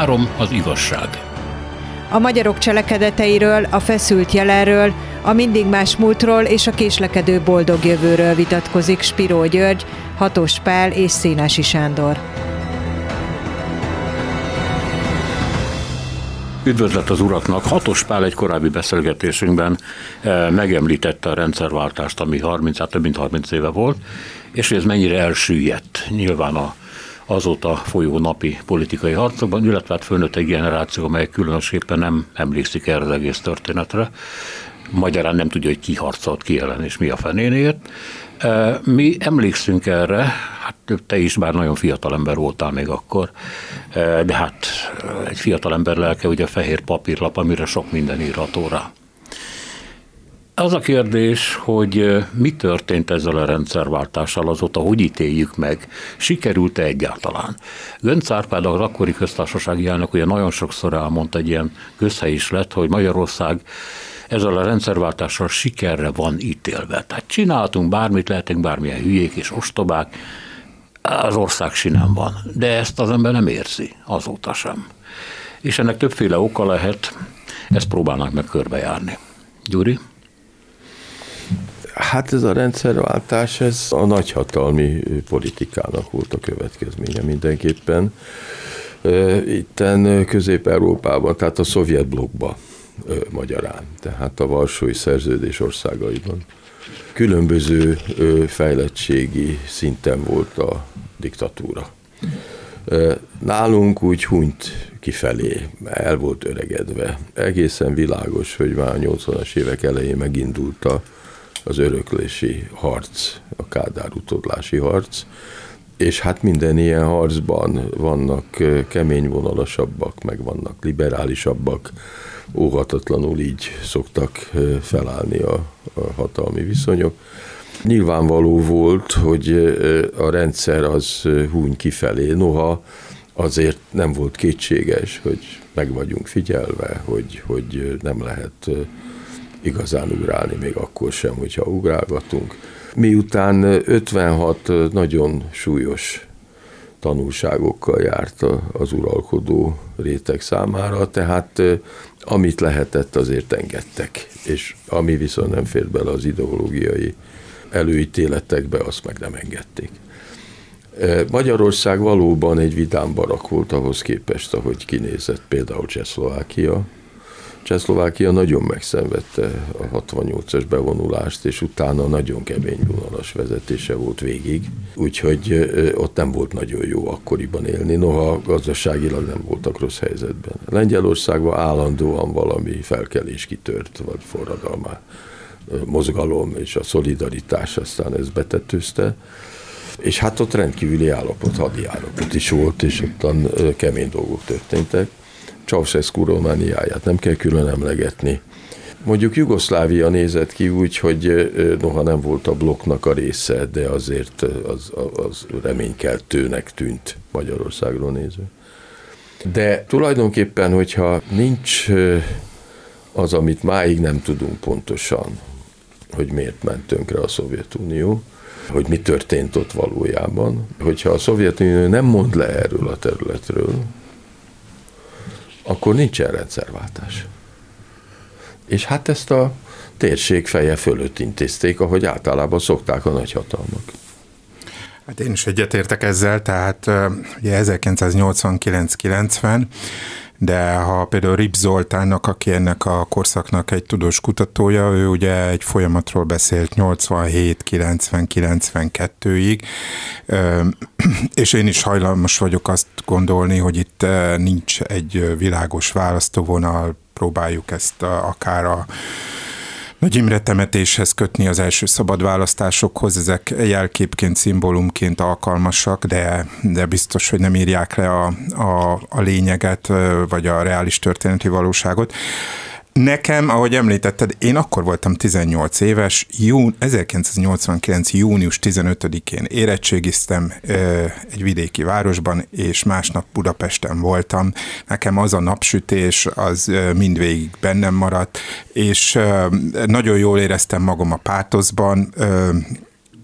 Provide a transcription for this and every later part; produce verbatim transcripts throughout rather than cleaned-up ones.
Három az igazság. A magyarok cselekedeteiről, a feszült jelenről, a mindig más múltról és a késlekedő boldog jövőről vitatkozik Spiró György, Hatos Pál és Szénási Sándor. Üdvözlet az uraknak! Hatos Pál egy korábbi beszélgetésünkben megemlítette a rendszerváltást, ami harminc, hát több mint harminc éve volt, és hogy ez mennyire elsüllyedt nyilván a azóta folyó napi politikai harcokban, illetve hát fölnőtt egy generáció, amely különösképpen nem emlékszik erre az egész történetre. Magyarán nem tudja, hogy ki harcolt ki ellen és mi a fenénért. Mi emlékszünk erre, hát te is már nagyon fiatal ember voltál még akkor, de hát egy fiatal ember lelke ugye a fehér papírlap, amire sok minden írható rá. Az a kérdés, hogy mi történt ezzel a rendszerváltással azóta, hogy ítéljük meg, sikerült-e egyáltalán? Göncz Árpád, az akkori köztársasági elnök ugye nagyon sokszor elmondta, egy ilyen közhely is lett, hogy Magyarország ezzel a rendszerváltással sikerre van ítélve. Tehát csináltunk bármit, lehetünk bármilyen hülyék és ostobák, az ország sinem van. De ezt az ember nem érzi, azóta sem. És ennek többféle oka lehet, ezt próbálnak meg körbejárni. Gyuri? Hát ez a rendszerváltás, ez a nagyhatalmi politikának volt a következménye mindenképpen. Itten Közép-Európában, tehát a szovjet blokkban magyarán, tehát a Varsói Szerződés országaiban. Különböző fejlettségi szinten volt a diktatúra. Nálunk úgy hunyt kifelé, el volt öregedve. Egészen világos, hogy már a nyolcvanas évek elején megindult a az öröklési harc, a Kádár utódlási harc, és hát minden ilyen harcban vannak keményvonalasabbak, meg vannak liberálisabbak, óhatatlanul így szoktak felállni a, a hatalmi viszonyok. Nyilvánvaló volt, hogy a rendszer az húny kifelé, noha azért nem volt kétséges, hogy meg vagyunk figyelve, hogy, hogy nem lehet igazán ugrálni, még akkor sem, hogyha ugrálgatunk. Miután ötvenhat nagyon súlyos tanulságokkal járt az uralkodó réteg számára, tehát amit lehetett, azért engedtek, és ami viszont nem fért bele az ideológiai előítéletekbe, azt meg nem engedték. Magyarország valóban egy vidám barak volt ahhoz képest, ahogy kinézett például Csehszlovákia. Csehszlovákia nagyon megszenvedte a hatvannyolcas bevonulást, és utána nagyon kemény vonalas vezetése volt végig, úgyhogy ott nem volt nagyon jó akkoriban élni, noha gazdaságilag nem voltak rossz helyzetben. Lengyelországban állandóan valami felkelés kitört, vagy forradalmá mozgalom, és a szolidaritás aztán ezt betetőzte, és hát ott rendkívüli állapot, hadi állapot is volt, és ottan kemény dolgok történtek. Ceausescu Romániáját nem kell külön emlegetni. Mondjuk Jugoszlávia nézett ki úgy, hogy noha nem volt a blokknak a része, de azért az, az reménykeltőnek tűnt Magyarországról nézve. De tulajdonképpen, hogyha nincs az, amit máig nem tudunk pontosan, hogy miért ment tönkre a Szovjetunió, hogy mi történt ott valójában, hogyha a Szovjetunió nem mond le erről a területről, akkor nincsen rendszerváltás. És hát ezt a térség feje fölött intézték, ahogy általában szokták a nagyhatalmak. Hát én is egyetértek ezzel, tehát ugye ezerkilencszáznyolcvankilenc kilencven, de ha például Rips Zoltánnak, aki ennek a korszaknak egy tudós kutatója, ő ugye egy folyamatról beszélt nyolcvanhét kilencven kilencvenkettőig, és én is hajlamos vagyok azt gondolni, hogy itt nincs egy világos választóvonal, próbáljuk ezt akár a Nagy Imre temetéshez kötni, az első szabad választásokhoz, ezek jelképként, szimbólumként alkalmasak, de, de biztos, hogy nem írják le a, a, a lényeget, vagy a reális történeti valóságot. Nekem, ahogy említetted, én akkor voltam tizennyolc éves, jún, ezerkilencszáznyolcvankilenc. június tizenötödikén érettségiztem ö, egy vidéki városban, és másnap Budapesten voltam. Nekem az a napsütés, az ö, mindvégig bennem maradt, és ö, nagyon jól éreztem magam a pátoszban. Ö,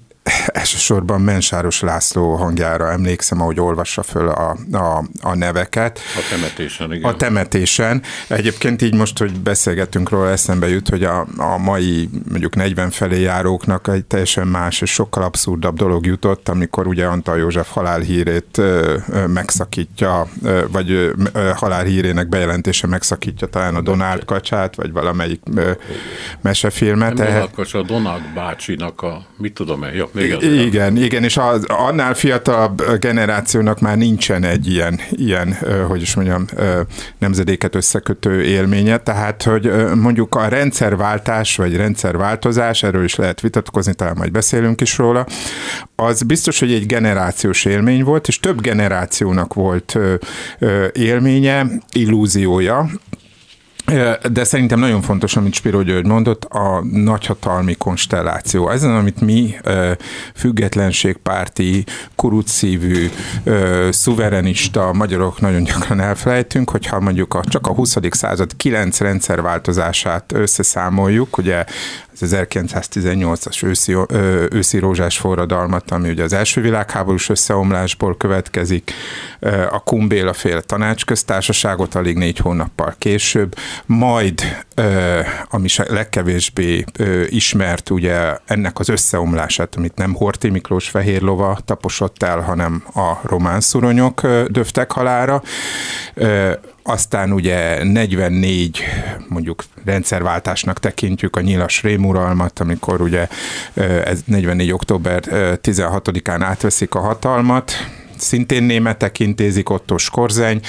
elsősorban Mensáros László hangjára emlékszem, ahogy olvassa föl a, a, a neveket. A temetésen, igen. A temetésen. Egyébként így most, hogy beszélgetünk róla, eszembe jut, hogy a, a mai mondjuk negyven felé járóknak egy teljesen más és sokkal abszurdabb dolog jutott, amikor ugye Antal József halálhírét ö, ö, megszakítja, ö, vagy ö, ö, halálhírének bejelentése megszakítja talán a Donald kacsát, vagy valamelyik ö, mesefilmet. Nem Donald kacsa, a Donald bácsinak a, mit tudom én, jó, még az Igen, az. igen, és az, annál fiatalabb generációnak már nincsen egy ilyen, ilyen ö, hogy is mondjam, ö, nemzedéket összekötő élménye, tehát, hogy ö, mondjuk a rendszerváltás, vagy rendszerváltozás, erről is lehet vitatkozni, talán majd beszélünk is róla, az biztos, hogy egy generációs élmény volt, és több generációnak volt ö, ö, élménye, illúziója, de szerintem nagyon fontos, amit Spiro György mondott, a nagyhatalmi konstelláció. Ezen, amit mi függetlenségpárti, kurucszívű, szuverenista magyarok nagyon gyakran elfelejtünk, hogyha mondjuk a, csak a huszadik század kilenc rendszerváltozását összeszámoljuk, ugye az ezerkilencszáztizennyolcas őszi, őszi rózsás forradalmat, ami ugye az első világháborús összeomlásból következik, a Kumbéla féle tanácsköztársaságot alig négy hónappal később, majd, ami legkevésbé ismert, ugye ennek az összeomlását, amit nem Horthy Miklós fehér lova taposott el, hanem a román szuronyok döftek halálra. Aztán ugye negyvennégy, mondjuk rendszerváltásnak tekintjük a nyilas rémuralmat, amikor ugye ez negyvennégy október tizenhatodikán átveszik a hatalmat, szintén németek intézik, Otto Skorzeny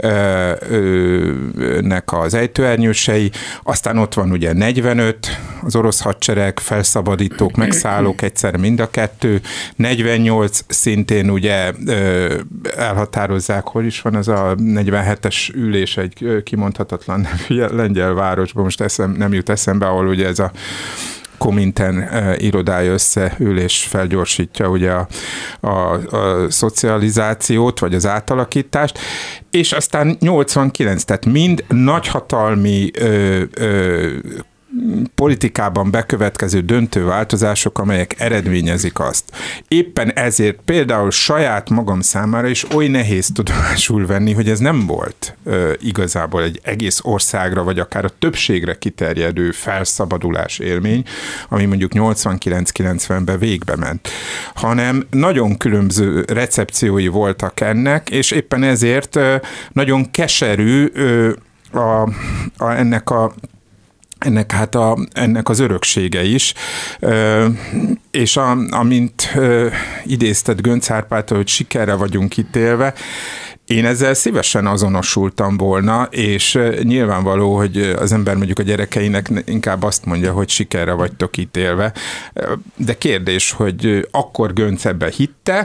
nek az ejtőernyősei, aztán ott van ugye negyvenöt, az orosz hadsereg, felszabadítók, megszállók, egyszer mind a kettő, negyvennyolc szintén ugye elhatározzák, hol is van az a negyvenhetes ülés egy kimondhatatlan lengyel városban, most eszem, nem jut eszembe, ahol ugye ez a Komintern uh, irodája összeül és felgyorsítja ugye a, a, a szocializációt, vagy az átalakítást, és aztán nyolcvankilenc, tehát mind nagyhatalmi ö, ö, politikában bekövetkező döntő változások, amelyek eredményezik azt. Éppen ezért például saját magam számára is oly nehéz tudomásul venni, hogy ez nem volt ö, igazából egy egész országra, vagy akár a többségre kiterjedő felszabadulás élmény, ami mondjuk nyolcvankilenc-kilencvenben végbe ment, hanem nagyon különböző recepciói voltak ennek, és éppen ezért ö, nagyon keserű ö, a, a, ennek a ennek, hát a, ennek az öröksége is, ö, és a, amint ö, idézted Göncz Árpádtól, hogy sikerre vagyunk ítélve, én ezzel szívesen azonosultam volna, és nyilvánvaló, hogy az ember mondjuk a gyerekeinek inkább azt mondja, hogy sikerre vagytok ítélve, de kérdés, hogy akkor Göncz ebbe hitte,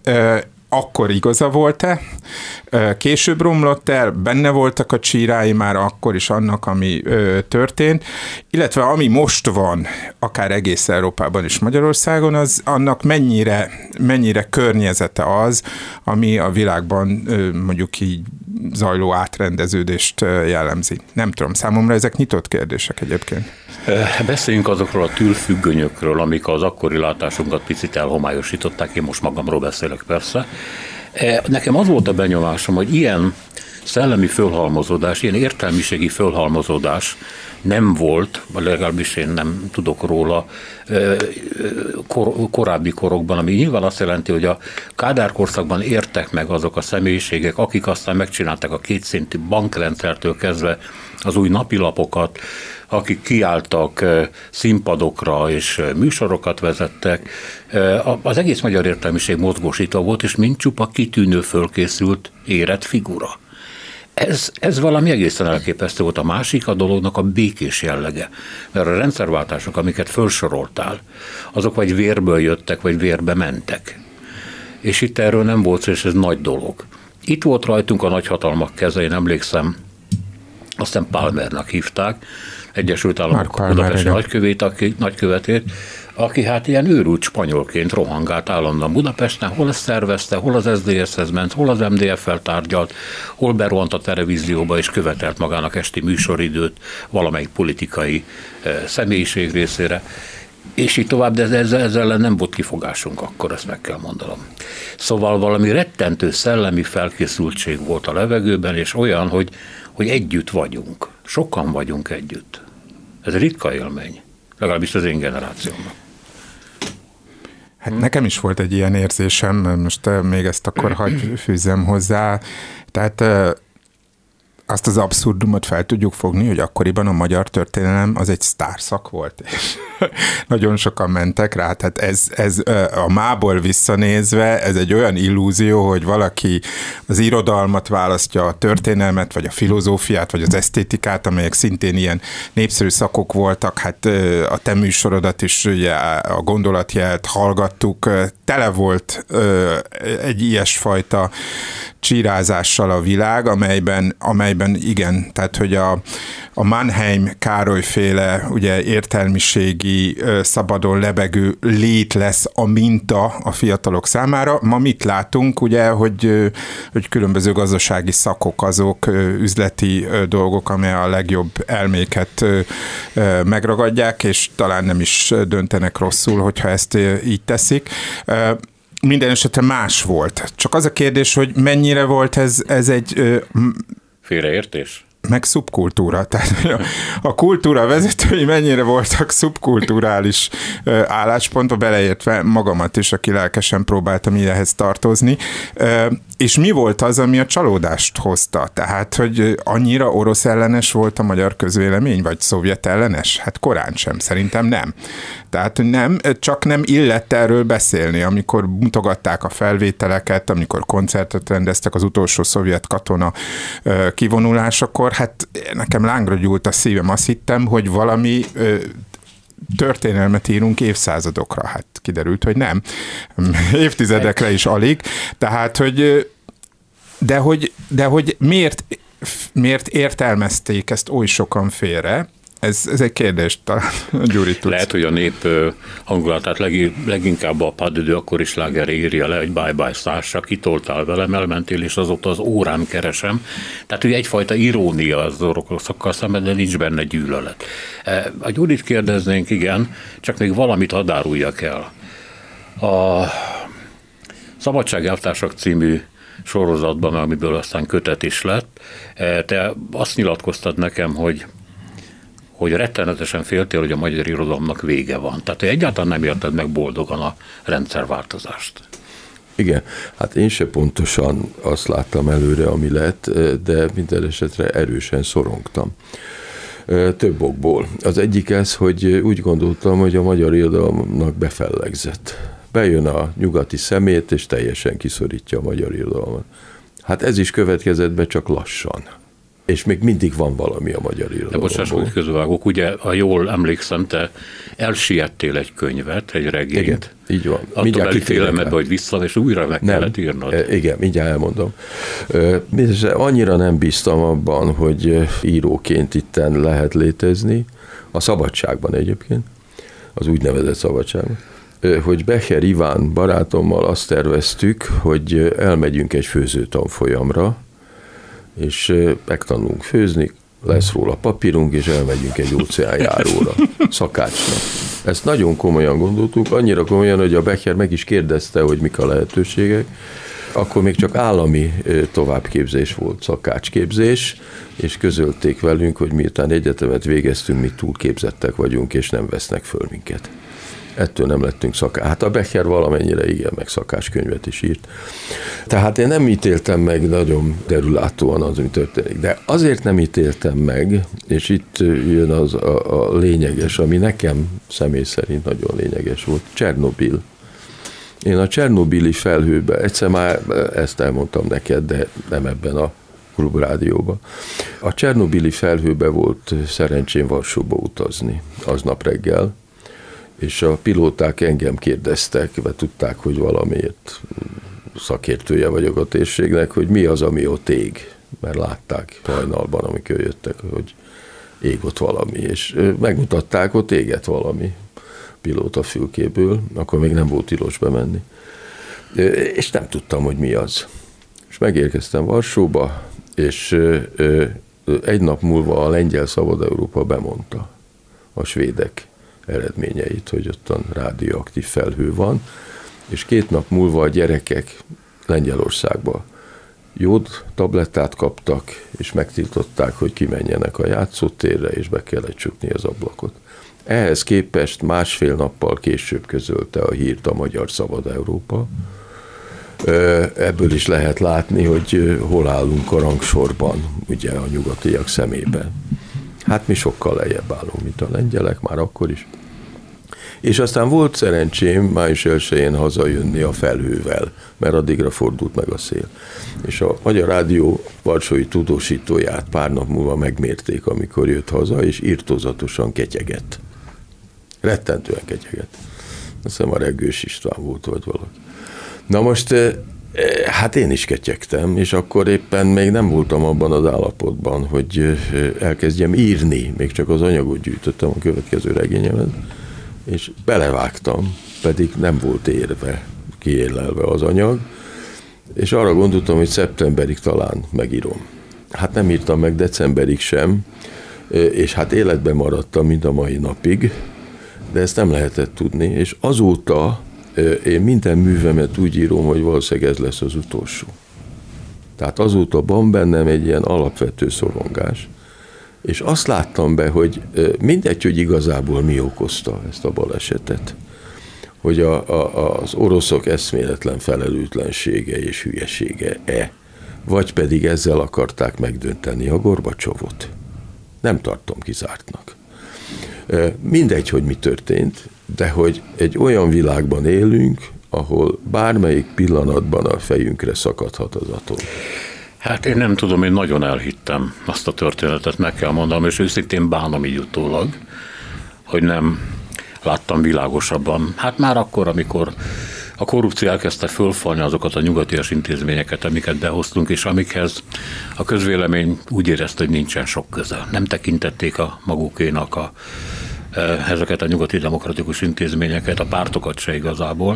akkor igaza volt-e, később romlott el, benne voltak a csírái már akkor is annak, ami ö, történt, illetve ami most van, akár egész Európában és Magyarországon, az annak mennyire, mennyire környezete az, ami a világban ö, mondjuk így zajló átrendeződést jellemzi. Nem tudom, számomra ezek nyitott kérdések egyébként. Beszéljünk azokról a tűlfüggönyökről, amik az akkori látásunkat picit elhomályosították, én most magamról beszélek persze. Nekem az volt a benyomásom, hogy ilyen szellemi fölhalmozódás, ilyen értelmiségi fölhalmozódás nem volt, vagy legalábbis én nem tudok róla kor, korábbi korokban, ami nyilván azt jelenti, hogy a Kádár korszakban értek meg azok a személyiségek, akik aztán megcsinálták a kétszintű bankrendszertől kezdve az új napilapokat, akik kiálltak színpadokra és műsorokat vezettek. Az egész magyar értelmiség mozgósítva volt, és mind csupa kitűnő, fölkészült, érett figura. Ez, ez valami egészen elképesztő volt. A másik a dolognak a békés jellege. Mert a rendszerváltások, amiket felsoroltál, azok vagy vérből jöttek, vagy vérbe mentek. És itt erről nem volt, és ez nagy dolog. Itt volt rajtunk a nagyhatalmak keze, én emlékszem, aztán Palmernak hívták, Egyesült Államok budapesti nagykövét, aki, nagykövetét, aki hát ilyen őrült spanyolként rohangált állandóan Budapesten, hol ezt szervezte, hol az es zé dé es-hez ment, hol az em dé ef-fel tárgyalt, hol berohant a televízióba és követelt magának esti műsoridőt valamelyik politikai e, személyiség részére. És így tovább, de ezzel, ezzel nem volt kifogásunk akkor, ezt meg kell mondanom. Szóval valami rettentő szellemi felkészültség volt a levegőben, és olyan, hogy, hogy együtt vagyunk. Sokan vagyunk együtt. Ez ritka élmény, legalábbis az én generációmnak. Hát nekem is volt egy ilyen érzésem, most még ezt akkor hadd fűzzem hozzá. Tehát azt az abszurdumot fel tudjuk fogni, hogy akkoriban a magyar történelem az egy sztárszak volt, és nagyon sokan mentek rá, tehát ez, ez a mából visszanézve, ez egy olyan illúzió, hogy valaki az irodalmat választja, a történelmet, vagy a filozófiát, vagy az esztétikát, amelyek szintén ilyen népszerű szakok voltak, hát a te műsorodat is ugye a Gondolatjelt hallgattuk, tele volt egy ilyesfajta csírázással a világ, amelyben, amelyben igen, tehát hogy a, a Mannheim Károly-féle ugye értelmiségi, szabadon lebegő lét lesz a minta a fiatalok számára. Ma mit látunk, ugye, hogy, hogy különböző gazdasági szakok azok, üzleti dolgok, amely a legjobb elméket megragadják, és talán nem is döntenek rosszul, hogyha ezt így teszik. Minden esetre más volt. Csak az a kérdés, hogy mennyire volt ez, ez egy... Ö, félreértés? Meg szubkultúra. Tehát a kultúra vezetői mennyire voltak szubkulturális álláspontba, beleértve magamat is, aki lelkesen próbáltam ehhez tartozni. És mi volt az, ami a csalódást hozta? Tehát, hogy annyira orosz ellenes volt a magyar közvélemény, vagy szovjet ellenes? Hát korán sem, szerintem nem. Tehát nem, csak nem illett erről beszélni, amikor mutogatták a felvételeket, amikor koncertet rendeztek az utolsó szovjet katona kivonulásakor, hát nekem lángra gyúlt a szívem, azt hittem, hogy valami történelmet írunk évszázadokra, hát kiderült, hogy nem. Évtizedekre is alig. Tehát, hogy de hogy, de hogy miért, miért értelmezték ezt oly sokan félre, Ez, ez egy kérdés, talán Gyuri tudsz. Lehet, hogy a nép hangulatát leg, leginkább a Padidő akkor is sláger írja le, hogy bye bye szársa, kitoltál velem, elmentél, és azóta az órán keresem. Tehát ugye egyfajta irónia az oroszokkal szemben, de nincs benne gyűlölet. A Gyurit kérdeznénk, igen, csak még valamit hadd áruljak el. A Szabadságelvtársak című sorozatban, amiből aztán kötet is lett, te azt nyilatkoztad nekem, hogy hogy rettenetesen féltél, hogy a magyar irodalomnak vége van. Tehát, hogy egyáltalán nem érted meg boldogan a rendszerváltozást. Igen, hát én se pontosan azt láttam előre, ami lett, de minden esetre erősen szorongtam. Több okból. Az egyik ez, hogy úgy gondoltam, hogy a magyar irodalomnak befellegzett. Bejön a nyugati szemét, és teljesen kiszorítja a magyar irodalmat. Hát ez is következett be, csak lassan. És még mindig van valami a magyar irodalomból. De bocsáss, hogy közvágok, ugye, ha jól emlékszem, te elsiettél egy könyvet, egy regényt. Igen, így van. Attól elfélemedbe, hogy vissza, és újra meg nem, kellett írnod. E, igen, mindjárt elmondom. E, annyira nem bíztam abban, hogy íróként itten lehet létezni, a Szabadságban egyébként, az úgynevezett Szabadságban, hogy Becher Iván barátommal azt terveztük, hogy elmegyünk egy főzőtanfolyamra, és megtanulunk főzni, lesz róla papírunk, és elmegyünk egy óceánjáróra, szakácsnak. Ezt nagyon komolyan gondoltuk, annyira komolyan, hogy a Becher meg is kérdezte, hogy mik a lehetőségek. Akkor még csak állami továbbképzés volt, szakácsképzés, és közölték velünk, hogy miután egyetemet végeztünk, mi túlképzettek vagyunk, és nem vesznek föl minket. Ettől nem lettünk szakács. Hát a Becher valamennyire igen, meg szakácskönyvet is írt. Tehát én nem ítéltem meg nagyon derülátóan az, mi történik. De azért nem ítéltem meg, és itt jön az a, a lényeges, ami nekem személy szerint nagyon lényeges volt, Csernobil. Én a csernobili felhőben, egyszer már ezt elmondtam neked, de nem ebben a klubrádióban. A csernobili felhőben volt szerencsém Varsóba utazni aznap reggel, és a pilóták engem kérdeztek, mert tudták, hogy valamiért szakértője vagyok a térségnek, hogy mi az, ami ott ég. Mert látták hajnalban, amikor jöttek, hogy ég ott valami, és megmutatták, ott éget valami pilóta fülkéből, akkor még nem volt tilos bemenni. És nem tudtam, hogy mi az. És megérkeztem Varsóba, és egy nap múlva a lengyel Szabad Európa bemondta, a svédek eredményeit, hogy ottan rádióaktív felhő van, és két nap múlva a gyerekek Lengyelországba jód tablettát kaptak, és megtiltották, hogy kimenjenek a játszótérre, és be kellett csukni az ablakot. Ehhez képest másfél nappal később közölte a hírt a Magyar Szabad Európa. Ebből is lehet látni, hogy hol állunk a rangsorban, ugye a nyugatiak szemében. Hát mi sokkal lejjebb állunk, mint a lengyelek, már akkor is. És aztán volt szerencsém május elsején hazajönni a felhővel, mert addigra fordult meg a szél. És a Magyar Rádió varsói tudósítóját pár nap múlva megmérték, amikor jött haza, és irtózatosan ketyegett. Rettentően ketyegett. Azt hiszem a Reggős István volt, vagy valaki. Na most, hát én is ketyegtem, és akkor éppen még nem voltam abban az állapotban, hogy elkezdjem írni, még csak az anyagot gyűjtöttem a következő regényemet, és belevágtam, pedig nem volt érve, kiélelve az anyag, és arra gondoltam, hogy szeptemberig talán megírom. Hát nem írtam meg decemberig sem, és hát életben maradtam mind a mai napig, de ezt nem lehetett tudni, és azóta én minden művemet úgy írom, hogy valószínűleg ez lesz az utolsó. Tehát azóta van bennem egy ilyen alapvető szorongás, és azt láttam be, hogy mindegy, hogy igazából mi okozta ezt a balesetet, hogy a, a, az oroszok eszméletlen felelőtlensége és hülyesége-e, vagy pedig ezzel akarták megdönteni a Gorbacsovot. Nem tartom kizártnak. Mindegy, hogy mi történt, de hogy egy olyan világban élünk, ahol bármelyik pillanatban a fejünkre szakadhat az atom. Hát én nem tudom, én nagyon elhittem azt a történetet, meg kell mondanom, és őszintén bánom így utólag, hogy nem láttam világosabban. Hát már akkor, amikor a korrupció elkezdte fölfalni azokat a nyugatias intézményeket, amiket behoztunk, és amikhez a közvélemény úgy érezte, hogy nincsen sok köze. Nem tekintették a magukénak a, ezeket a nyugati demokratikus intézményeket, a pártokat se igazából.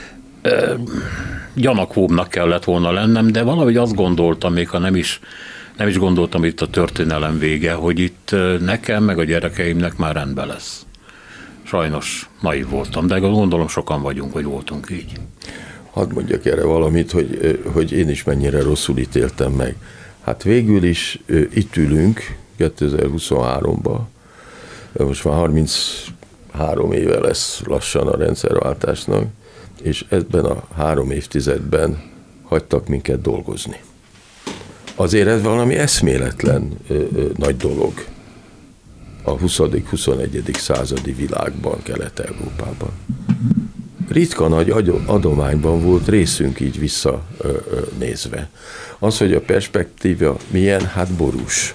Gyanakvóbbnak kellett volna lennem, de valahogy azt gondoltam, még ha nem is, nem is gondoltam itt a történelem vége, hogy itt nekem, meg a gyerekeimnek már rendben lesz. Sajnos naiv voltam, de gondolom sokan vagyunk, hogy voltunk így. Hadd mondjak erre valamit, hogy, hogy én is mennyire rosszul ítéltem meg. Hát végül is itt ülünk kétezer-huszonháromban, most már harminchárom éve lesz lassan a rendszerváltásnak, és ebben a három évtizedben hagytak minket dolgozni. Azért ez valami eszméletlen ö, ö, nagy dolog a huszadik-huszonegyedik századi világban, Kelet-Európában. Ritka nagy adományban volt részünk így visszanézve. Az, hogy a perspektíva milyen, hát borús.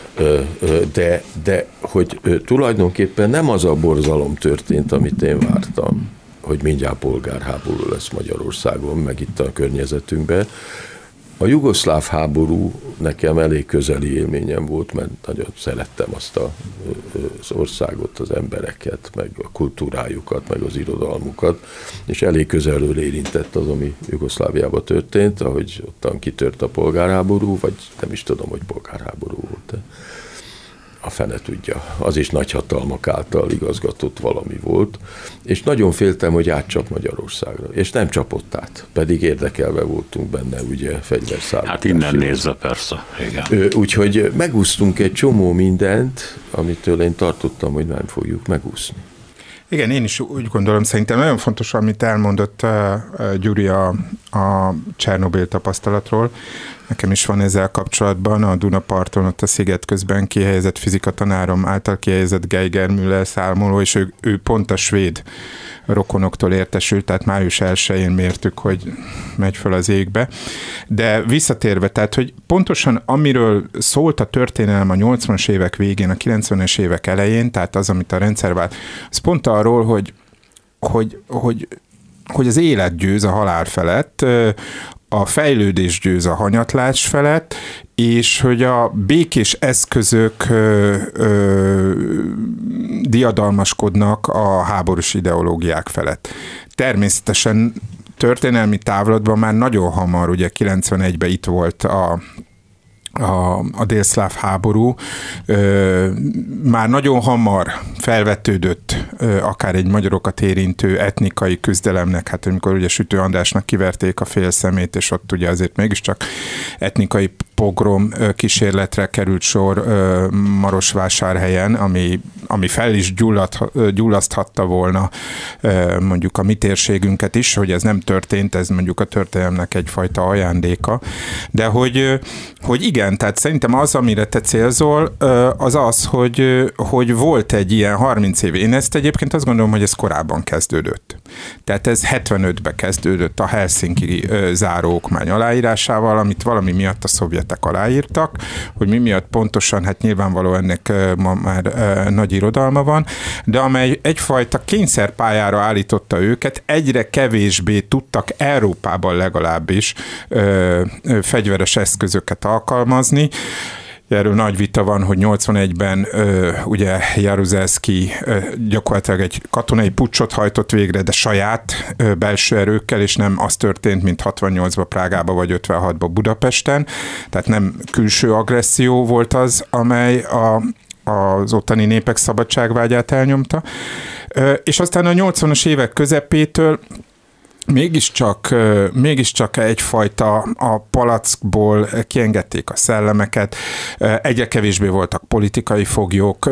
De, de hogy tulajdonképpen nem az a borzalom történt, amit én vártam, hogy mindjárt polgárháború lesz Magyarországon, meg itt a környezetünkben. A jugoszláv háború nekem elég közeli élményem volt, mert nagyon szerettem azt a, az országot, az embereket, meg a kultúrájukat, meg az irodalmukat, és elég közelről érintett az, ami Jugoszláviában történt, ahogy ottan kitört a polgárháború, vagy nem is tudom, hogy polgárháború volt. A fene tudja. Az is nagyhatalmak által igazgatott valami volt, és nagyon féltem, hogy átcsap Magyarországra. És nem csapott át, pedig érdekelve voltunk benne, ugye, fegyverszállítás. Hát innen nézve persze, igen. Úgyhogy megúsztunk egy csomó mindent, amitől én tartottam, hogy nem fogjuk megúszni. Igen, én is úgy gondolom, szerintem nagyon fontos, amit elmondott uh, Gyuri a, a Csernobil tapasztalatról. Nekem is van ezzel kapcsolatban, a Dunaparton, ott a sziget közben kihelyezett fizikatanárom által kihelyezett Geiger Müller számoló, és ő, ő pont a svéd rokonoktól értesült, tehát május elsején mértük, hogy megy föl az égbe. De visszatérve, tehát, hogy pontosan amiről szólt a történelem a nyolcvanas évek végén, a kilencvenes évek elején, tehát az, amit a rendszer vált, az pont arról, hogy, hogy, hogy, hogy az élet győz a halál felett, a fejlődés győz a hanyatlás felett, és hogy a békés eszközök ö, ö, diadalmaskodnak a háborús ideológiák felett. Természetesen történelmi távlatban már nagyon hamar, ugye kilencvenegyben itt volt a a, a délszláv háború ö, már nagyon hamar felvetődött ö, akár egy magyarokat érintő etnikai küzdelemnek, hát amikor ugye Sütő Andrásnak kiverték a fél szemét, és ott ugye azért mégiscsak etnikai pogrom kísérletre került sor ö, Marosvásárhelyen, ami, ami fel is gyullad, gyullaszthatta volna ö, mondjuk a mi térségünket is, hogy ez nem történt, ez mondjuk a történelemnek egyfajta ajándéka, de hogy, hogy igen, tehát szerintem az, amire te célzol, az az, hogy, hogy volt egy ilyen harminc év. Én ezt egyébként azt gondolom, hogy ez korábban kezdődött. Tehát ez hetvenötben kezdődött a Helsinki záróokmány aláírásával, amit valami miatt a szovjetek aláírtak, hogy mi miatt pontosan, hát nyilvánvaló ennek ma már nagy irodalma van, de amely egyfajta kényszerpályára állította őket, egyre kevésbé tudtak Európában legalábbis ö, ö, fegyveres eszközöket alkalmazni. Erről nagy vita van, hogy nyolcvanegyben ö, ugye Jaruzelszky ö, gyakorlatilag egy katonai puccsot hajtott végre, de saját ö, belső erőkkel, és nem az történt, mint hatvannyolcban Prágában vagy ötvenhatban Budapesten. Tehát nem külső agresszió volt az, amely a az ottani népek szabadságvágyát elnyomta. Ö, és aztán a nyolcvanas évek közepétől Mégiscsak, mégiscsak egyfajta a palackból kiengedték a szellemeket, egyre kevésbé voltak politikai foglyok,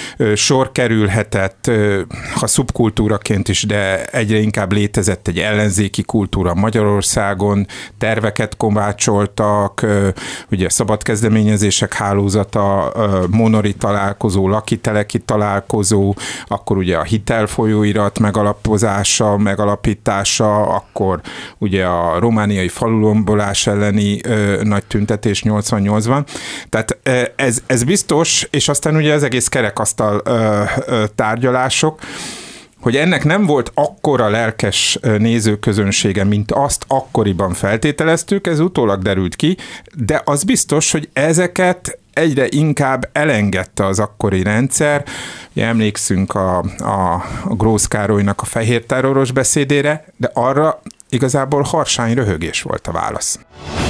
sor kerülhetett, ha szubkultúraként is, de egyre inkább létezett egy ellenzéki kultúra Magyarországon, terveket kovácsoltak, ugye szabad kezdeményezések hálózata, monori találkozó, lakiteleki találkozó, akkor ugye a hitelfolyóirat megalapozása, megalapítása, akkor ugye a romániai falulombolás elleni ö, nagy tüntetés nyolcvannyolcban. Tehát ez, ez biztos, és aztán ugye az egész kerekasztal ö, ö, tárgyalások, hogy ennek nem volt akkora lelkes nézőközönsége, mint azt akkoriban feltételeztük, ez utólag derült ki, de az biztos, hogy ezeket egyre inkább elengedte az akkori rendszer. Emlékszünk a, a, a Grósz Károlynak a fehér terroros beszédére, de arra igazából harsány röhögés volt a válasz.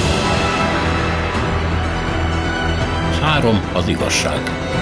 Három az igazság.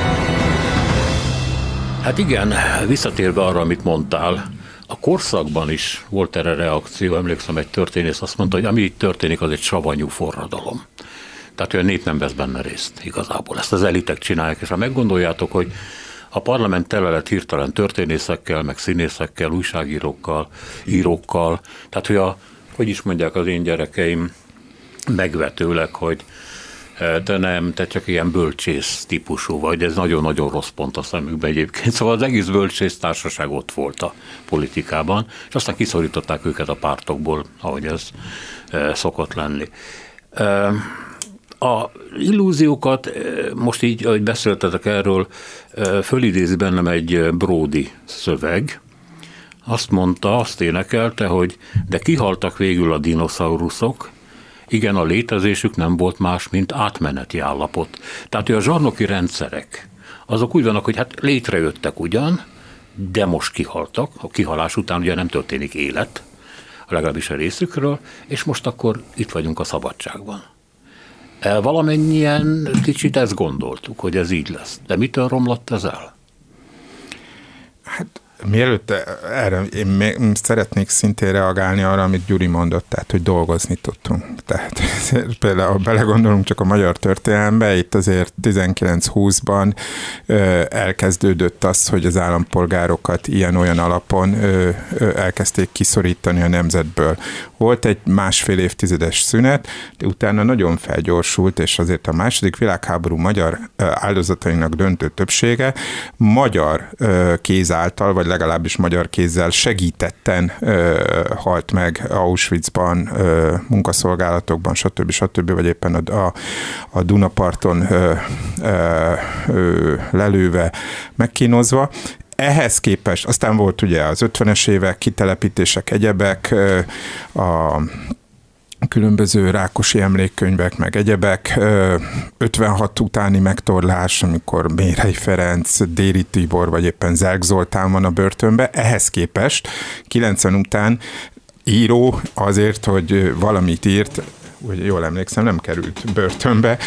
Hát igen, visszatérve arra, amit mondtál, a korszakban is volt erre reakció, emlékszem, egy történész azt mondta, hogy ami itt történik, az egy savanyú forradalom. Tehát olyan nép nem vesz benne részt igazából. Ezt az elitek csinálják, és ha meggondoljátok, hogy a parlament tele lett hirtelen történészekkel, meg színészekkel, újságírókkal, írókkal, tehát hogy, a, hogy is mondják az én gyerekeim megvetőleg, hogy te nem, te csak ilyen bölcsész típusú vagy, ez nagyon-nagyon rossz pont a szemükben egyébként. Szóval az egész bölcsész társaság ott volt a politikában, és aztán kiszorították őket a pártokból, ahogy ez szokott lenni. A illúziókat, most így, ahogy beszéltetek erről, fölidézi bennem egy Bródi szöveg. Azt mondta, azt énekelte, hogy de kihaltak végül a dinoszauruszok, igen, a létezésük nem volt más, mint átmeneti állapot. Tehát, hogy a zsarnoki rendszerek, azok úgy vannak, hogy hát létrejöttek ugyan, de most kihaltak. A kihalás után ugye nem történik élet, legalábbis a részükről, és most akkor itt vagyunk a szabadságban. Valamennyien kicsit ezt gondoltuk, hogy ez így lesz. De mitől romlott ez el? Hát mielőtt erre, én még szeretnék szintén reagálni arra, amit Gyuri mondott, tehát, hogy dolgozni tudtunk. Tehát például, ha belegondolunk csak a magyar történelembe, itt azért tizenkilenc-húszban elkezdődött az, hogy az állampolgárokat ilyen-olyan alapon ö, ö, elkezdték kiszorítani a nemzetből. Volt egy másfél évtizedes szünet, de utána nagyon felgyorsult, és azért a második világháború magyar áldozatainak döntő többsége magyar kéz által, vagy legalábbis magyar kézzel segítetten ö, halt meg Auschwitzban, ö, munkaszolgálatokban, stb. stb. Vagy éppen a, a, a Dunaparton ö, ö, ö, lelőve, megkínozva. Ehhez képest, aztán volt ugye az ötvenes évek, kitelepítések, egyebek, ö, a különböző Rákosi emlékkönyvek, meg egyebek, ötvenhat utáni megtorlás, amikor Mérey Ferenc, Déri Tibor, vagy éppen Zerg Zoltán van a börtönbe. Ehhez képest kilencven után író azért, hogy valamit írt, úgy jól emlékszem, nem került börtönbe,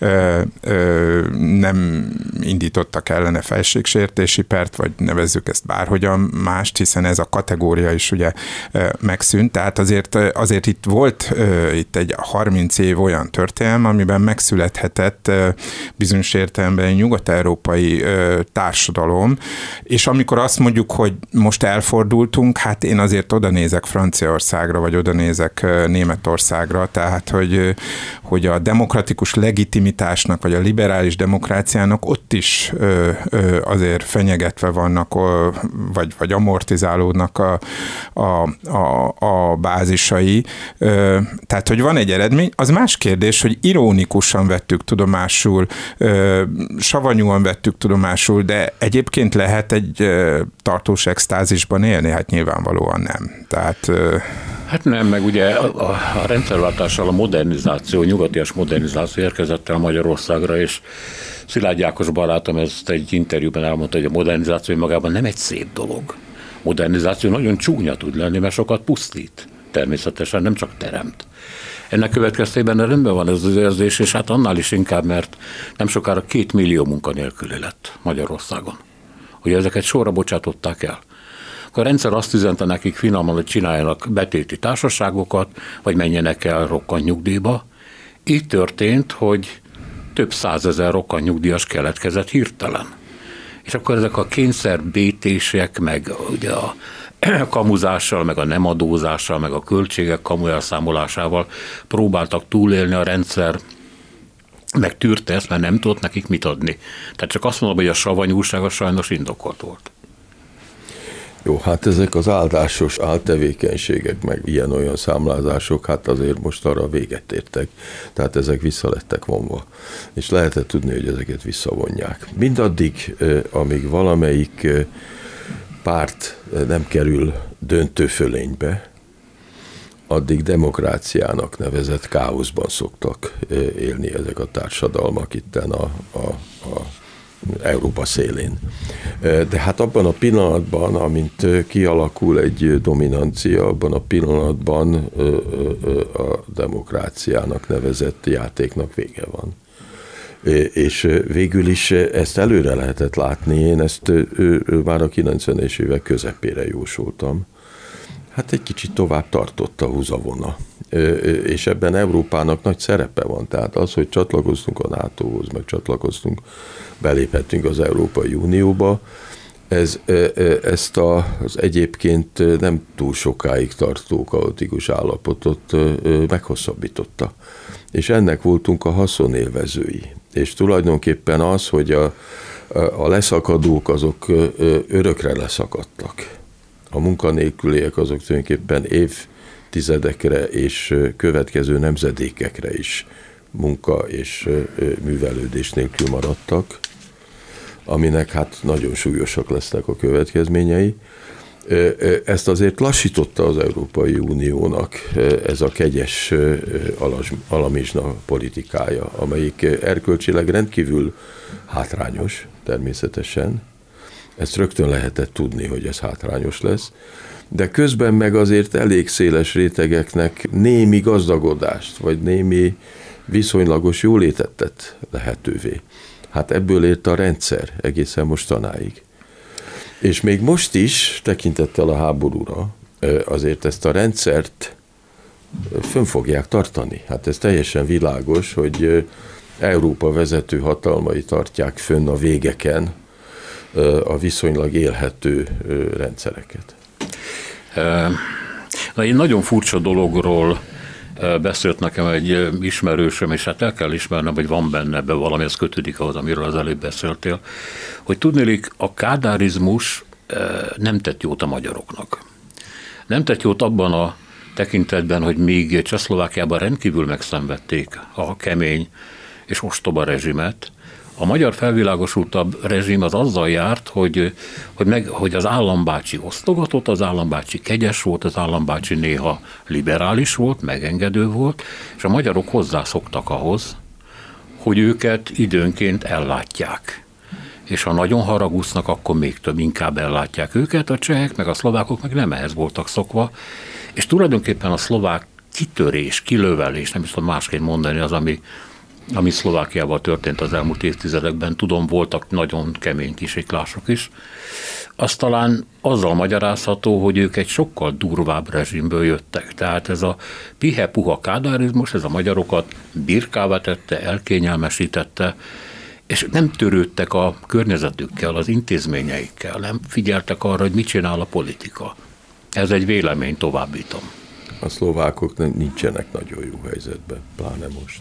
nem indítottak ellene felségsértési pert, vagy nevezzük ezt bárhogyan mást, hiszen ez a kategória is ugye megszűnt, tehát azért, azért itt volt itt egy harminc év olyan történelem, amiben megszülethetett bizonyos értelemben egy nyugat-európai társadalom, és amikor azt mondjuk, hogy most elfordultunk, hát én azért oda nézek Franciaországra, vagy oda nézek Németországra, tehát hogy, hogy a demokratikus legitimitásnak, vagy a liberális demokráciának ott is azért fenyegetve vannak, vagy, vagy amortizálódnak a, a, a, a bázisai. Tehát, hogy van egy eredmény, az más kérdés, hogy ironikusan vettük tudomásul, savanyúan vettük tudomásul, de egyébként lehet egy tartós extázisban élni? Hát nyilvánvalóan nem. Tehát... Hát nem, meg ugye a, a rendszerváltással a modernizáció, nyugatias modernizáció érkezett el Magyarországra, és Szilágy Ákos barátom ezt egy interjúban elmondta, hogy a modernizáció magában nem egy szép dolog. Modernizáció nagyon csúnya tud lenni, mert sokat pusztít. Természetesen nem csak teremt. Ennek következtében rendben van ez az érzés, és hát annál is inkább, mert nem sokára két millió munkanélküli lett Magyarországon. Ugye ezeket sorra bocsátották el. Akkor a rendszer azt üzente nekik finoman, hogy csináljanak betéti társaságokat, vagy menjenek el rokkantnyugdíjba. Így történt, hogy több százezer rokkantnyugdíjas keletkezett hirtelen. És akkor ezek a kényszerbétések, meg ugye a kamuzással, meg a nem adózással, meg a költségek kamu elszámolásával próbáltak túlélni, a rendszer meg tűrte ezt, mert nem tudott nekik mit adni. Tehát csak azt mondom, hogy a savanyúság sajnos indokolt volt. Jó, hát ezek az áldásos áltevékenységek, meg ilyen-olyan számlázások, hát azért most arra véget értek. Tehát ezek vissza lettek vonva. És lehetett tudni, hogy ezeket visszavonják. Mindaddig, amíg valamelyik párt nem kerül döntő fölénybe, addig demokráciának nevezett káoszban szoktak élni ezek a társadalmak itten a, a, a Európa szélén. De hát abban a pillanatban, amint kialakul egy dominancia, abban a pillanatban a demokráciának nevezett játéknak vége van. És végül is ezt előre lehetett látni, én ezt már a kilencvenes évek közepére jósoltam. Hát egy kicsit tovább tartott a húzavona. És ebben Európának nagy szerepe van. Tehát az, hogy csatlakoztunk a nátóhoz, meg csatlakoztunk, beléphettünk az Európai Unióba, ez, ezt az egyébként nem túl sokáig tartó kaotikus állapotot meghosszabbította. És ennek voltunk a haszonélvezői. És tulajdonképpen az, hogy a, a leszakadók azok örökre leszakadtak. A munkanélküliek azok tulajdonképpen évtizedekre és következő nemzedékekre is munka és művelődés nélkül maradtak, aminek hát nagyon súlyosak lesznek a következményei. Ezt azért lassította az Európai Uniónak ez a kegyes alamizsna politikája, amelyik erkölcsileg rendkívül hátrányos természetesen. Ezt rögtön lehetett tudni, hogy ez hátrányos lesz, de közben meg azért elég széles rétegeknek némi gazdagodást, vagy némi viszonylagos jólétet tett lehetővé. Hát ebből élt a rendszer egészen mostanáig. És még most is, tekintettel a háborúra, azért ezt a rendszert fönn fogják tartani. Hát ez teljesen világos, hogy Európa vezető hatalmai tartják fönn a végeken a viszonylag élhető rendszereket. Na, egy nagyon furcsa dologról beszélt nekem egy ismerősöm, és hát el kell ismernem, hogy van benne ebben valami, ez kötődik ahhoz, amiről az előbb beszéltél, hogy tudnélik, a kádárizmus nem tett jót a magyaroknak. Nem tett jót abban a tekintetben, hogy még Csehszlovákiában rendkívül megszenvedték a kemény és ostoba rezsimet. A magyar felvilágosultabb rezsim az azzal járt, hogy, hogy, meg, hogy az állambácsi osztogatott, az állambácsi kegyes volt, az állambácsi néha liberális volt, megengedő volt, és a magyarok hozzászoktak ahhoz, hogy őket időnként ellátják. És ha nagyon haragusznak, akkor még több, inkább ellátják őket, a csehek, meg a szlovákok meg nem ehhez voltak szokva, és tulajdonképpen a szlovák kitörés, kilövelés, nem is tudom másként mondani, az, ami, ami Szlovákiában történt az elmúlt évtizedekben. Tudom, voltak nagyon kemény kisiklások is. Az talán azzal magyarázható, hogy ők egy sokkal durvább rezsimből jöttek. Tehát ez a pihe-puha kádárizmus, ez a magyarokat birkává tette, elkényelmesítette, és nem törődtek a környezetükkel, az intézményeikkel, nem figyeltek arra, hogy mit csinál a politika. Ez egy vélemény, továbbítom. A szlovákok nincsenek nagyon jó helyzetben, pláne most.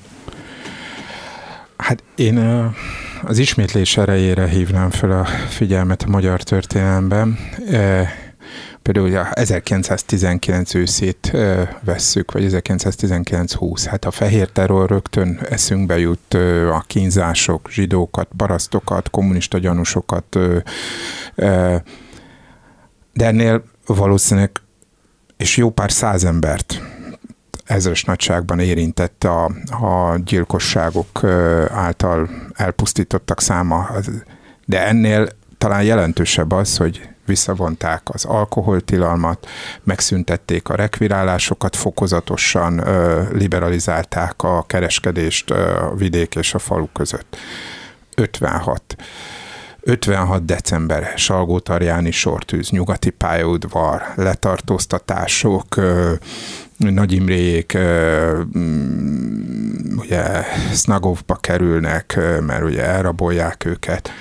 Hát én az ismétlés erejére hívnám fel a figyelmet a magyar történelemben. Például ugye ezerkilencszáztizenkilenc őszét vesszük, vagy ezerkilencszáztizenkilenc húsz. Hát a fehér terror rögtön eszünkbe jut, a kínzások, zsidókat, parasztokat, kommunista gyanúsokat, de ennél valószínűleg, és jó pár száz embert ezres nagyságban érintett a, a gyilkosságok által elpusztítottak száma, de ennél talán jelentősebb az, hogy visszavonták az alkoholtilalmat, megszüntették a rekvirálásokat, fokozatosan liberalizálták a kereskedést a vidék és a falu között. ötvenhat ötvenhat december, Salgótarjáni sortűz, nyugati pályaudvar, letartóztatások, Nagy Imréjék ugye Snagovba kerülnek, mert ugye elrabolják őket,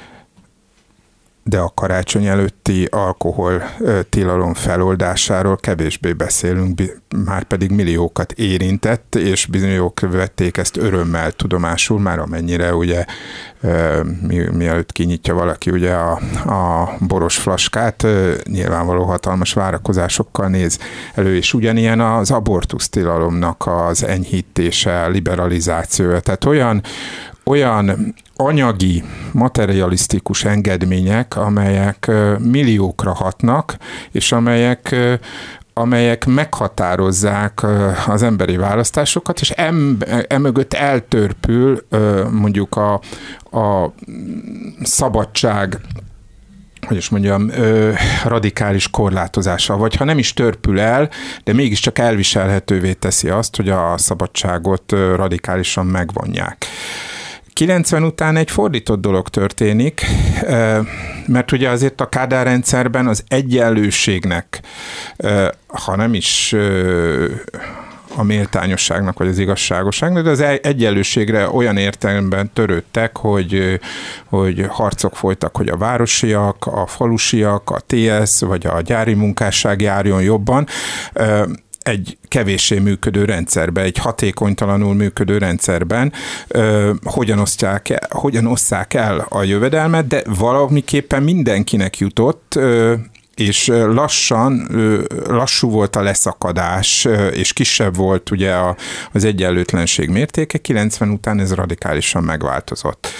de a karácsony előtti alkohol tilalom feloldásáról kevésbé beszélünk, már pedig milliókat érintett, és bizonyos vették ezt örömmel tudomásul, már amennyire ugye mi, mielőtt kinyitja valaki ugye a, a boros flaskát, nyilvánvaló hatalmas várakozásokkal néz elő, és ugyanilyen az abortusz tilalomnak az enyhítése, liberalizációja, tehát olyan olyan anyagi, materialisztikus engedmények, amelyek milliókra hatnak, és amelyek, amelyek meghatározzák az emberi választásokat, és emögött eltörpül mondjuk a, a szabadság, hogy is mondjam, radikális korlátozása, vagy ha nem is törpül el, de mégiscsak elviselhetővé teszi azt, hogy a szabadságot radikálisan megvonják. kilencven után egy fordított dolog történik, mert ugye azért a Kádár rendszerben az egyenlőségnek, ha nem is a méltányosságnak, vagy az igazságosságnak, de az egyenlőségre olyan értelemben törődtek, hogy, hogy harcok folytak, hogy a városiak, a falusiak, a té es, vagy a gyári munkásság járjon jobban, egy kevéssé működő rendszerben, egy hatékonytalanul működő rendszerben ö, hogyan, osztják el, hogyan osszák el a jövedelmet, de valamiképpen mindenkinek jutott, ö, és lassan, ö, lassú volt a leszakadás, ö, és kisebb volt ugye a, az egyenlőtlenség mértéke, kilencven után ez radikálisan megváltozott.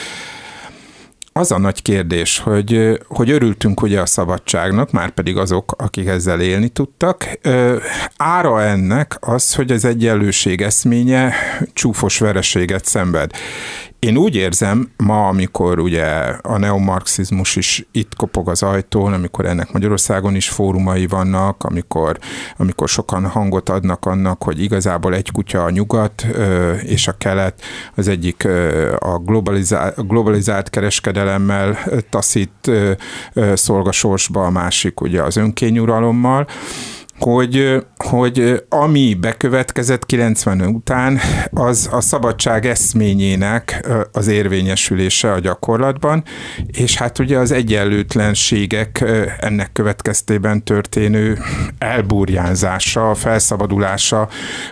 Az a nagy kérdés, hogy, hogy örültünk ugye a szabadságnak, már pedig azok, akik ezzel élni tudtak. Ára ennek az, hogy az egyenlőség eszménye csúfos vereséget szenved. Én úgy érzem ma, amikor ugye a neomarxizmus is itt kopog az ajtón, amikor ennek Magyarországon is fórumai vannak, amikor, amikor sokan hangot adnak annak, hogy igazából egy kutya a nyugat és a kelet, az egyik a globalizált, globalizált kereskedelemmel taszít szolgasorsba, a másik ugye az önkényuralommal, hogy, hogy ami bekövetkezett kilencven után, az a szabadság eszményének az érvényesülése a gyakorlatban, és hát ugye az egyenlőtlenségek ennek következtében történő elburjánzása, felszabadulása,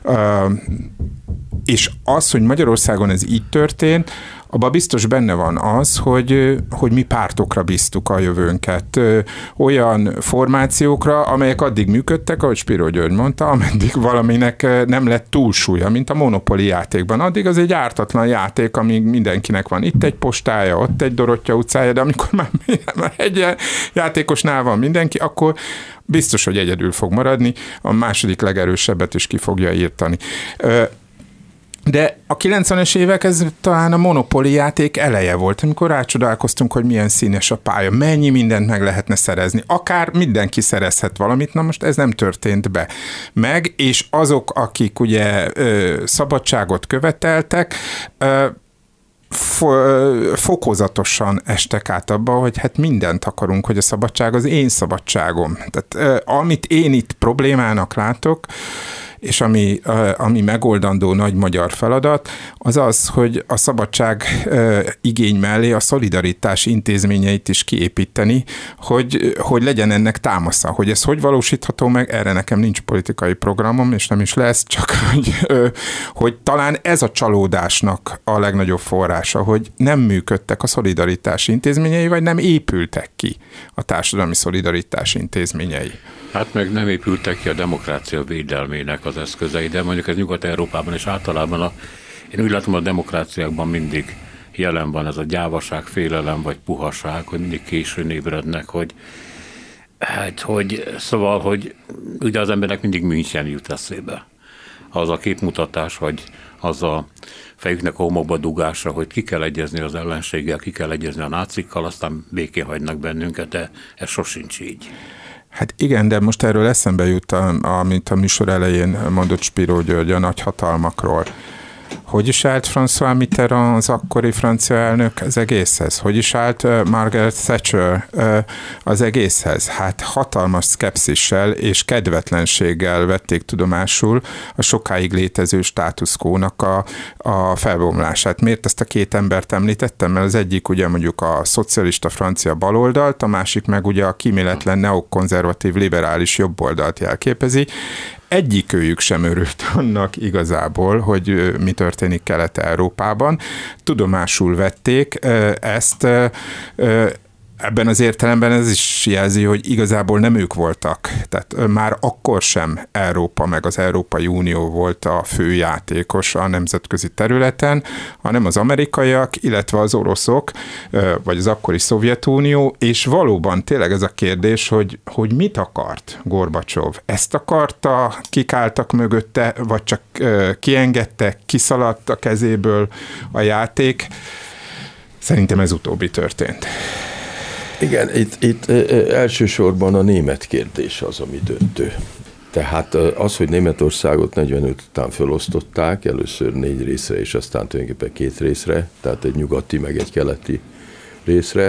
és az, hogy Magyarországon ez így történt, abban biztos benne van az, hogy, hogy mi pártokra bíztuk a jövőnket. Olyan formációkra, amelyek addig működtek, ahogy Spiro György mondta, ameddig valaminek nem lett túlsúlya, mint a Monopoly játékban. Addig az egy ártatlan játék, amíg mindenkinek van itt egy postája, ott egy Dorottya utcája, de amikor már egy játékosnál van mindenki, akkor biztos, hogy egyedül fog maradni, a második legerősebbet is ki fogja írtani. De a kilencvenes évek ez talán a Monopoly játék eleje volt, amikor rácsodálkoztunk, hogy milyen színes a pálya, mennyi mindent meg lehetne szerezni. Akár mindenki szerezhet valamit, na most ez nem történt be meg, és azok, akik ugye ö, szabadságot követeltek, ö, fokozatosan estek át abba, hogy hát mindent akarunk, hogy a szabadság az én szabadságom. Tehát amit én itt problémának látok, és ami, ami megoldandó nagy magyar feladat, az az, hogy a szabadság igény mellé a szolidaritás intézményeit is kiépíteni, hogy, hogy legyen ennek támasza. Hogy ez hogy valósítható meg, erre nekem nincs politikai programom, és nem is lesz, csak hogy, hogy talán ez a csalódásnak a legnagyobb forrása, hogy nem működtek a szolidaritás intézményei, vagy nem épültek ki a társadalmi szolidaritás intézményei. Hát meg nem épültek ki a demokrácia védelmének az eszközei, de mondjuk ez Nyugat-Európában és általában a, én úgy látom, a demokráciákban mindig jelen van ez a gyávaság, félelem vagy puhaság, hogy mindig későn ébrednek, hogy hát, hogy szóval, hogy ugye az embernek mindig München jut eszébe. Az a képmutatás, vagy az a fejüknek a homokba dugása, hogy ki kell egyezni az ellenséggel, ki kell egyezni a nácikkal, aztán békén hagynak bennünket, de ez sosincs így. Hát igen, de most erről eszembe jut, amit a műsor elején mondott Spiró György a nagyhatalmakról. Hogy is állt François Mitterrand, az akkori francia elnök az egészhez? Hogy is állt Margaret Thatcher az egészhez? Hát hatalmas szkepszissel és kedvetlenséggel vették tudomásul a sokáig létező státuszkónak a, a felbomlását. Miért ezt a két embert említettem? Mert az egyik ugye mondjuk a szocialista francia baloldalt, a másik meg ugye a kíméletlen neokonzervatív liberális jobboldalt jelképezi. Egyikőjük sem örült annak igazából, hogy mi történik Kelet-Európában. Tudomásul vették ezt. Ebben az értelemben ez is jelzi, hogy igazából nem ők voltak. Tehát már akkor sem Európa meg az Európai Unió volt a fő játékos a nemzetközi területen, hanem az amerikaiak, illetve az oroszok, vagy az akkori Szovjetunió, és valóban tényleg ez a kérdés, hogy, hogy mit akart Gorbacsov? Ezt akarta, kik álltak mögötte, vagy csak kiengedte, kiszaladt a kezéből a játék? Szerintem ez utóbbi történt. Igen, itt, itt elsősorban a német kérdés az, ami döntő. Tehát az, hogy Németországot negyvenöt után felosztották, először négy részre, és aztán tulajdonképpen két részre, tehát egy nyugati, meg egy keleti részre,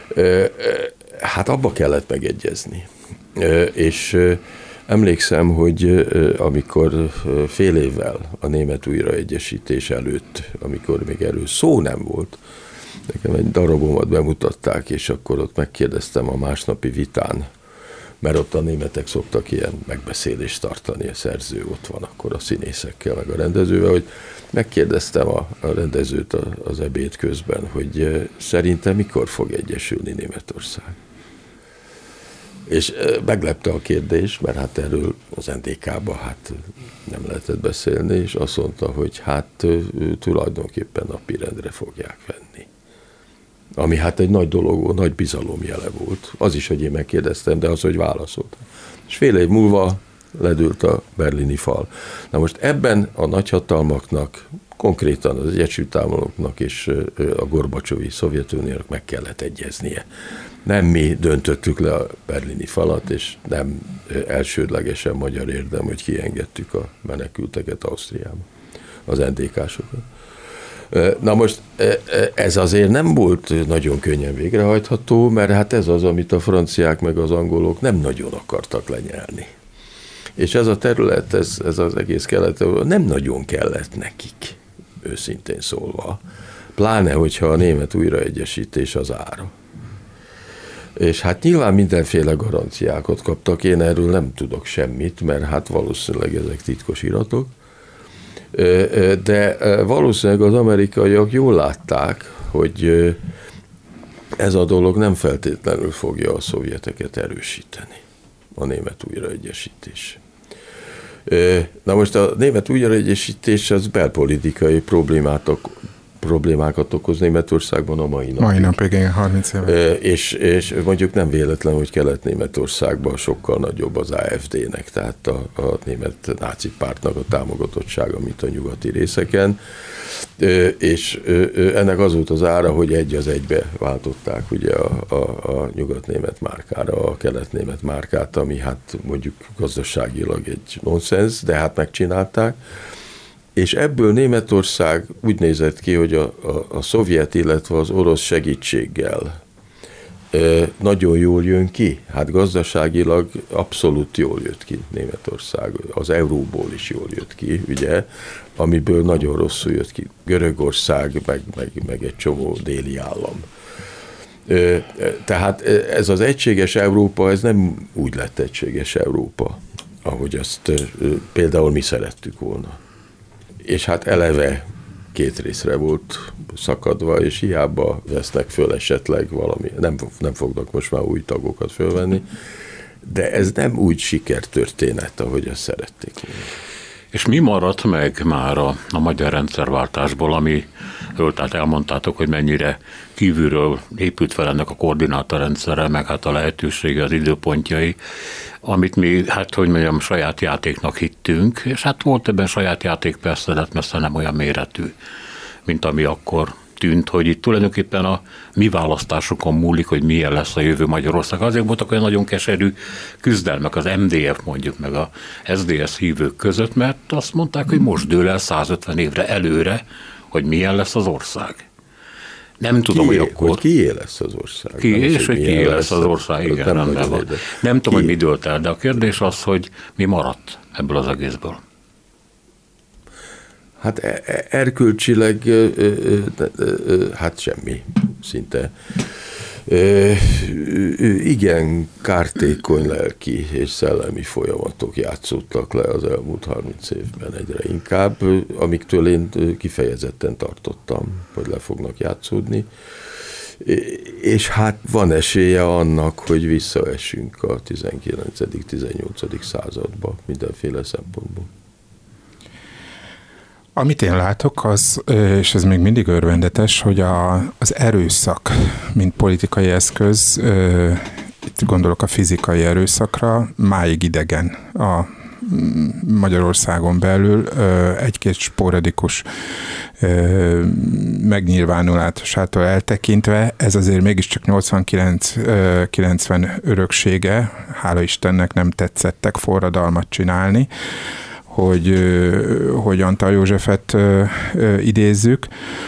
hát abba kellett megegyezni. És emlékszem, hogy amikor fél évvel a német újraegyesítés előtt, amikor még erről szó nem volt, nekem egy darabomat bemutatták, és akkor ott megkérdeztem a másnapi vitán, mert ott a németek szoktak ilyen megbeszélést tartani, a szerző ott van akkor a színészekkel, meg a rendezővel, hogy megkérdeztem a, a rendezőt az ebéd közben, hogy szerintem mikor fog egyesülni Németország. És meglepte a kérdés, mert hát erről az en dé ká-ban hát nem lehetett beszélni, és azt mondta, hogy hát tulajdonképpen napirendre fogják venni. Ami hát egy nagy dolog, nagy bizalomjele volt. Az is, hogy én megkérdeztem, de az, hogy válaszolt. És fél év múlva ledült a berlini fal. Na most ebben a nagyhatalmaknak, konkrétan az Egyesült Államoknak és a Gorbacsovi Szovjetuniónak meg kellett egyeznie. Nem mi döntöttük le a berlini falat, és nem elsődlegesen magyar érdem, hogy kiengedtük a menekülteket Ausztriába, az en dé ká-sokat. Na most ez azért nem volt nagyon könnyen végrehajtható, mert hát ez az, amit a franciák meg az angolok nem nagyon akartak lenyelni. És ez a terület, ez, ez az egész kelet nem nagyon kellett nekik, őszintén szólva. Pláne, hogyha a német újraegyesítés az ára. És hát nyilván mindenféle garanciákat kaptak, én erről nem tudok semmit, mert hát valószínűleg ezek titkos iratok, de valószínűleg az amerikaiak jól látták, hogy ez a dolog nem feltétlenül fogja a szovjeteket erősíteni, a német újraegyesítés. Na most a német újraegyesítés az belpolitikai problémát problémákat okoz Németországban a mai napig. Mai napig, igen, harminc éve. És, és mondjuk nem véletlen, hogy Kelet-Németországban sokkal nagyobb az á ef dé-nek, tehát a, a német náci pártnak a támogatottsága, mint a nyugati részeken. És ennek az volt az ára, hogy egy az egybe váltották ugye a, a, a nyugat-német márkára a kelet-német márkát, ami hát mondjuk gazdaságilag egy nonsens, de hát megcsinálták. És ebből Németország úgy nézett ki, hogy a, a, a szovjet, illetve az orosz segítséggel e, nagyon jól jön ki. Hát gazdaságilag abszolút jól jött ki Németország. Az euróból is jól jött ki, ugye, amiből nagyon rosszul jött ki Görögország, meg, meg, meg egy csomó déli állam. E, tehát ez az egységes Európa, ez nem úgy lett egységes Európa, ahogy azt e, például mi szerettük volna. És hát eleve két részre volt szakadva, és hiába vesznek föl esetleg valami, nem, nem fognak most már új tagokat fölvenni, de ez nem úgy sikertörténet, ahogy azt szerették volna. És mi maradt meg már a, a magyar rendszerváltásból, ami tehát elmondtátok, hogy mennyire kívülről épült fel ennek a koordinátorrendszerre, meg hát a lehetősége, az időpontjai, amit mi, hát hogy mondjam, saját játéknak hittünk, és hát volt ebben saját játék persze, de messze nem olyan méretű, mint ami akkor tűnt, hogy itt tulajdonképpen a mi választásokon múlik, hogy milyen lesz a jövő Magyarország. Azért voltak olyan nagyon keserű küzdelmek az em dé ef mondjuk, meg a es zé dé es hívők között, mert azt mondták, hogy most dől el százötven évre előre, hogy milyen lesz az ország. Nem tudom, kié, hogy akkor... Hogy kié lesz az ország. Ki, és az, hogy kié lesz, lesz az ország, igen, nem, rendben van. Nem tudom, hogy mi dőlt el, de a kérdés az, hogy mi maradt ebből az egészből. Hát erkölcsileg, hát semmi, szinte. Igen, kártékony lelki és szellemi folyamatok játszottak le az elmúlt harminc évben egyre inkább, amiktől én kifejezetten tartottam, hogy le fognak játszódni. És hát van esélye annak, hogy visszaesünk a tizenkilencedik-tizennyolcadik századba mindenféle szempontból. Amit én látok, az, és ez még mindig örvendetes, hogy a, az erőszak, mint politikai eszköz, itt gondolok a fizikai erőszakra, máig idegen a Magyarországon belül, egy-két sporadikus megnyilvánulásától eltekintve, ez azért mégiscsak nyolcvankilenc-kilencven öröksége, hála Istennek nem tetszettek forradalmat csinálni, hogy, hogy Antal Józsefet idézzük.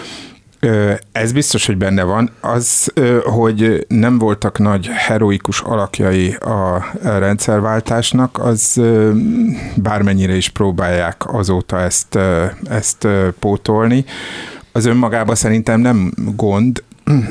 Ez biztos, hogy benne van. Az, hogy nem voltak nagy heroikus alakjai a rendszerváltásnak, az bármennyire is próbálják azóta ezt, ezt pótolni. Az önmagában szerintem nem gond.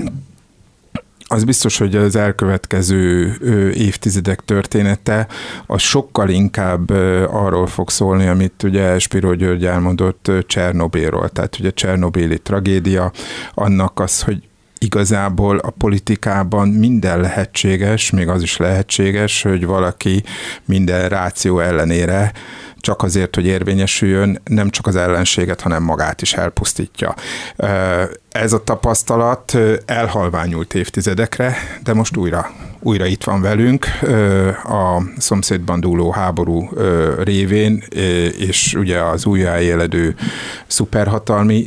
Az biztos, hogy az elkövetkező évtizedek története az sokkal inkább arról fog szólni, amit ugye Spiró György elmondott Csernobélról. Tehát ugye Csernobéli tragédia, annak az, hogy igazából a politikában minden lehetséges, még az is lehetséges, hogy valaki minden ráció ellenére csak azért, hogy érvényesüljön, nem csak az ellenséget, hanem magát is elpusztítja. Ez a tapasztalat elhalványult évtizedekre, de most újra, újra itt van velünk a szomszédban dúló háború révén, és ugye az újjáéledő szuperhatalmi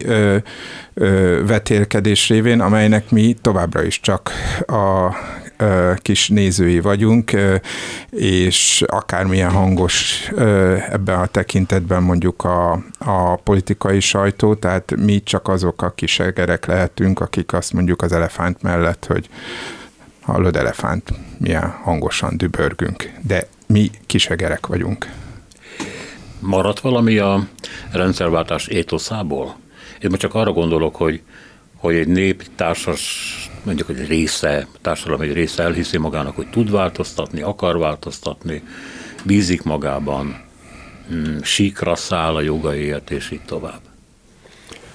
vetélkedés révén, amelynek mi továbbra is csak a kis nézői vagyunk, és akármilyen hangos ebben a tekintetben mondjuk a, a politikai sajtó, tehát mi csak azok a kisegerek lehetünk, akik azt mondjuk az elefánt mellett, hogy hallod, elefánt, milyen hangosan dübörgünk, de mi kisegerek vagyunk. Maradt valami a rendszerváltás étoszából? Én most csak arra gondolok, hogy, hogy egy nép társas, mondjuk, hogy egy része, társadalom egy része elhiszi magának, hogy tud változtatni, akar változtatni, bízik magában, síkra száll a jogaiért, és így tovább.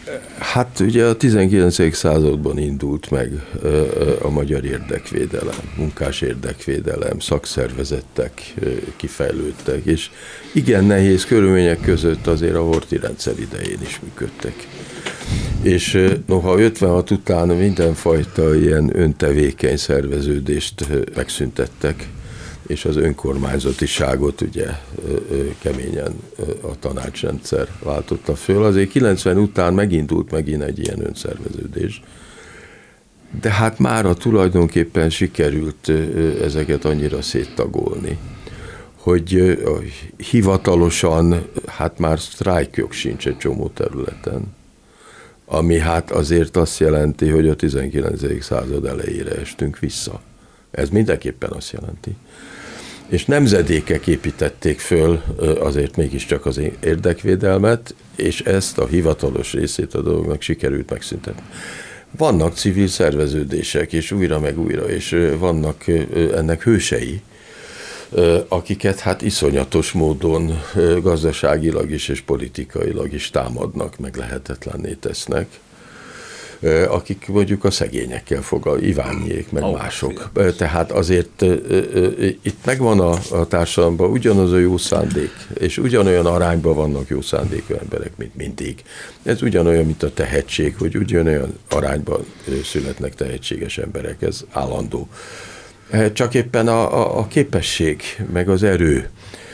Hát ugye a tizenkilencedik században indult meg a magyar érdekvédelem, munkás érdekvédelem, szakszervezetek kifejlődtek, és igen nehéz körülmények között azért a Horthy rendszer idején is működtek. És noha ötvenhat után mindenfajta ilyen öntevékeny szerveződést megszüntettek, és az önkormányzatiságot ugye keményen a tanácsrendszer váltotta föl. Azért kilencven után megindult megint egy ilyen önszerveződés, de hát mára tulajdonképpen sikerült ezeket annyira széttagolni, hogy hivatalosan hát már sztrájkjog sincs egy csomó területen, ami hát azért azt jelenti, hogy a tizenkilencedik század elejére estünk vissza. Ez mindenképpen azt jelenti. És nemzedékek építették föl azért mégiscsak az érdekvédelmet, és ezt a hivatalos részét a dolognak sikerült megszüntetni. Vannak civil szerveződések, és újra meg újra, és vannak ennek hősei, akiket hát iszonyatos módon gazdaságilag is és politikailag is támadnak, meg lehetetlenné tesznek, akik mondjuk a szegényekkel fogal, Iványiék, meg oh, mások. Szépen. Tehát azért itt megvan a, a társadalomban ugyanaz a jó szándék, és ugyanolyan arányban vannak jó szándékú emberek, mint mindig. Ez ugyanolyan, mint a tehetség, hogy ugyanolyan arányban születnek tehetséges emberek, ez állandó. Csak éppen a, a, a képesség, meg az erő,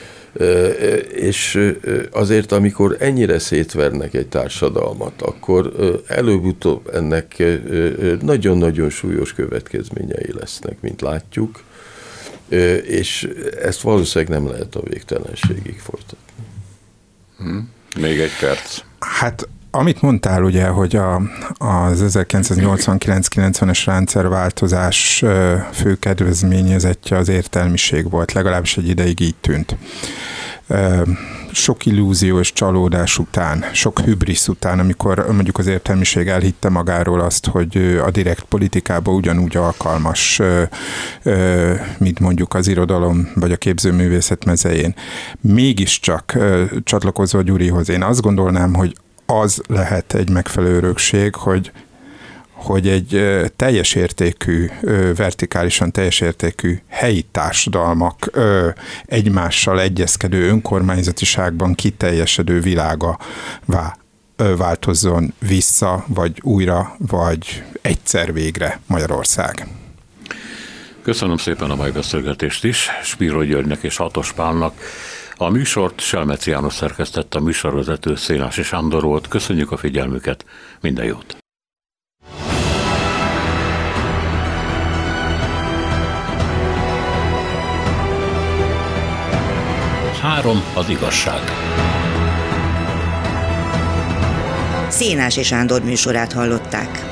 és azért, amikor ennyire szétvernek egy társadalmat, akkor előbb-utóbb ennek nagyon-nagyon súlyos következményei lesznek, mint látjuk, és ezt valószínűleg nem lehet a végtelenségig folytatni. Hmm. Még egy perc. Hát amit mondtál ugye, hogy a, az ezerkilencszáznyolcvankilenc kilencvenes rendszerváltozás fő kedvezményezettje az értelmiség volt, legalábbis egy ideig így tűnt. Sok illúzió és csalódás után, sok hübrisz után, amikor mondjuk az értelmiség elhitte magáról azt, hogy a direkt politikába ugyanúgy alkalmas, mint mondjuk az irodalom vagy a képzőművészet mezején. Mégiscsak csatlakozva Gyurihoz, én azt gondolnám, hogy az lehet egy megfelelő örökség, hogy, hogy egy teljes értékű, vertikálisan teljes értékű helyi társadalmak egymással egyezkedő önkormányzatiságban kiteljesedő világa változzon vissza, vagy újra, vagy egyszer végre Magyarország. Köszönöm szépen a mai beszélgetést is, Spiro Györgynek és Hatos Pálnak. A műsort Selmeci János szerkesztette, a műsorvezető Szénási Sándor volt. Köszönjük a figyelmüket, minden jót! Három az igazság. Szénási Sándor műsorát hallották.